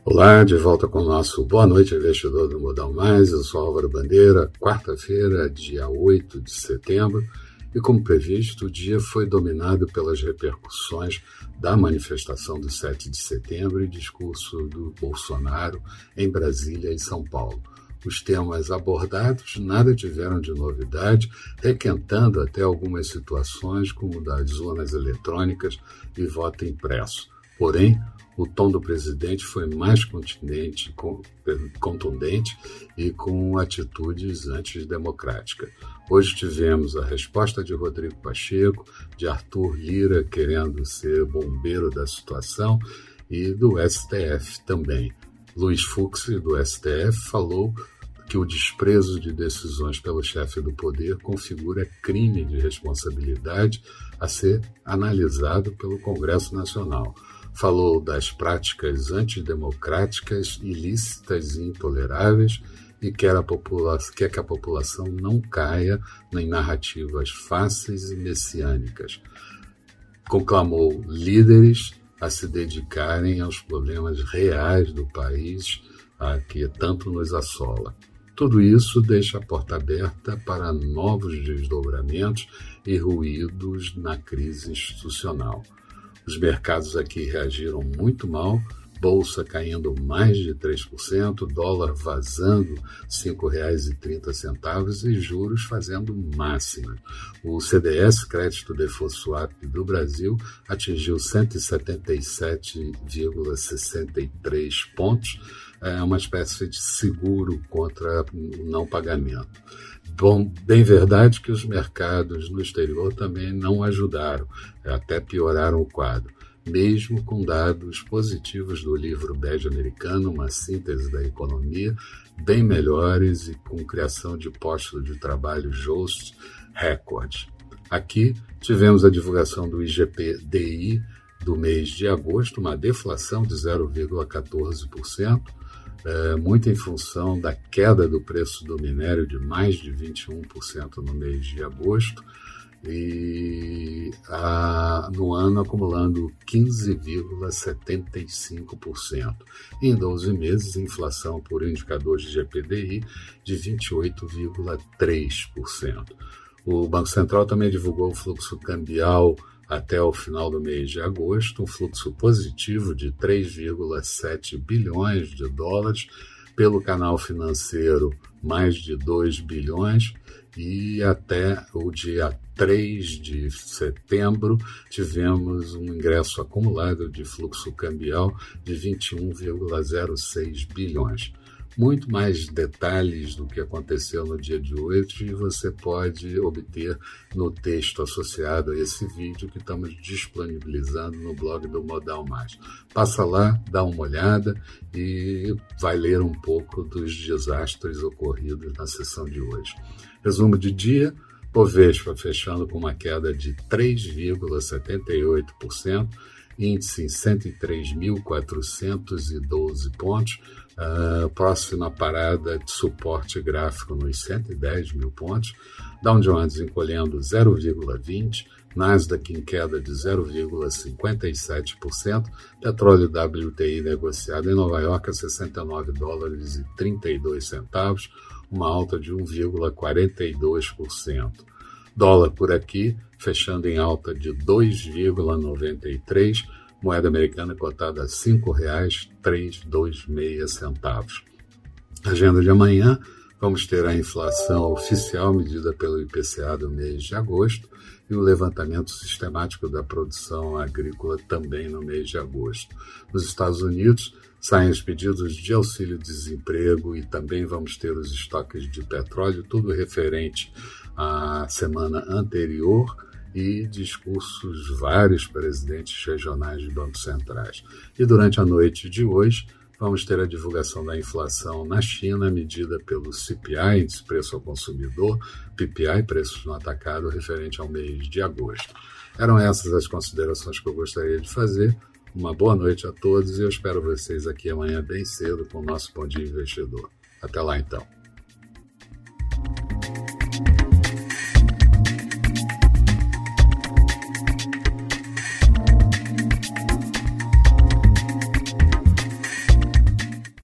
Olá, de volta com o nosso Boa Noite, investidor do Modal Mais. Eu sou Álvaro Bandeira, quarta-feira, dia 8 de setembro, e como previsto, o dia foi dominado pelas repercussões da manifestação do 7 de setembro e discurso do Bolsonaro em Brasília e São Paulo. Os temas abordados nada tiveram de novidade, requentando até algumas situações como das urnas eletrônicas e voto impresso. Porém, o tom do presidente foi mais contundente e com atitudes antidemocráticas. Hoje tivemos a resposta de Rodrigo Pacheco, de Arthur Lira querendo ser bombeiro da situação e do STF também. Luiz Fux, do STF, falou que o desprezo de decisões pelo chefe do poder configura crime de responsabilidade a ser analisado pelo Congresso Nacional. Falou das práticas antidemocráticas, ilícitas e intoleráveis e quer que a população não caia em narrativas fáceis e messiânicas. Conclamou líderes a se dedicarem aos problemas reais do país que tanto nos assola. Tudo isso deixa a porta aberta para novos desdobramentos e ruídos na crise institucional. Os mercados aqui reagiram muito mal, bolsa caindo mais de 3%, dólar vazando R$ 5,30 e juros fazendo máxima. O CDS, Crédito Default Swap do Brasil, atingiu 177,63 pontos, uma espécie de seguro contra o não pagamento. Bom, bem verdade que os mercados no exterior também não ajudaram, até pioraram o quadro. Mesmo com dados positivos do livro bege americano, uma síntese da economia, bem melhores e com criação de postos de trabalho justos recordes. Aqui tivemos a divulgação do IGP-DI do mês de agosto, uma deflação de 0,14%, muito em função da queda do preço do minério de mais de 21% no mês de agosto, e no ano acumulando 15,75%. Em 12 meses, inflação por indicador de GPDI de 28,3%. O Banco Central também divulgou o fluxo cambial até o final do mês de agosto, um fluxo positivo de 3,7 bilhões de dólares, pelo canal financeiro mais de 2 bilhões, e até o dia 3 de setembro tivemos um ingresso acumulado de fluxo cambial de 21,06 bilhões. Muito mais detalhes do que aconteceu no dia de hoje você pode obter no texto associado a esse vídeo que estamos disponibilizando no blog do Modal Mais. Passa lá, dá uma olhada e vai ler um pouco dos desastres ocorridos na sessão de hoje. Resumo de dia: Bovespa fechando com uma queda de 3,78%, índice em 103.412 pontos, próxima parada de suporte gráfico nos 110 mil pontos, Dow Jones encolhendo 0,20%, Nasdaq em queda de 0,57%, petróleo WTI negociado em Nova York a $69,32, uma alta de 1,42%. Dólar por aqui, fechando em alta de 2,93%, moeda americana cotada a R$ 5,326. Agenda de amanhã, vamos ter a inflação oficial medida pelo IPCA do mês de agosto e o levantamento sistemático da produção agrícola também no mês de agosto. Nos Estados Unidos, saem os pedidos de auxílio-desemprego e também vamos ter os estoques de petróleo, tudo referente à semana anterior, e discursos vários presidentes regionais de bancos centrais. E durante a noite de hoje, vamos ter a divulgação da inflação na China, medida pelo CPI, índice preço ao consumidor, PPI, preços no atacado, referente ao mês de agosto. Eram essas as considerações que eu gostaria de fazer. Uma boa noite a todos e eu espero vocês aqui amanhã bem cedo com o nosso Bom Dia Investidor. Até lá então.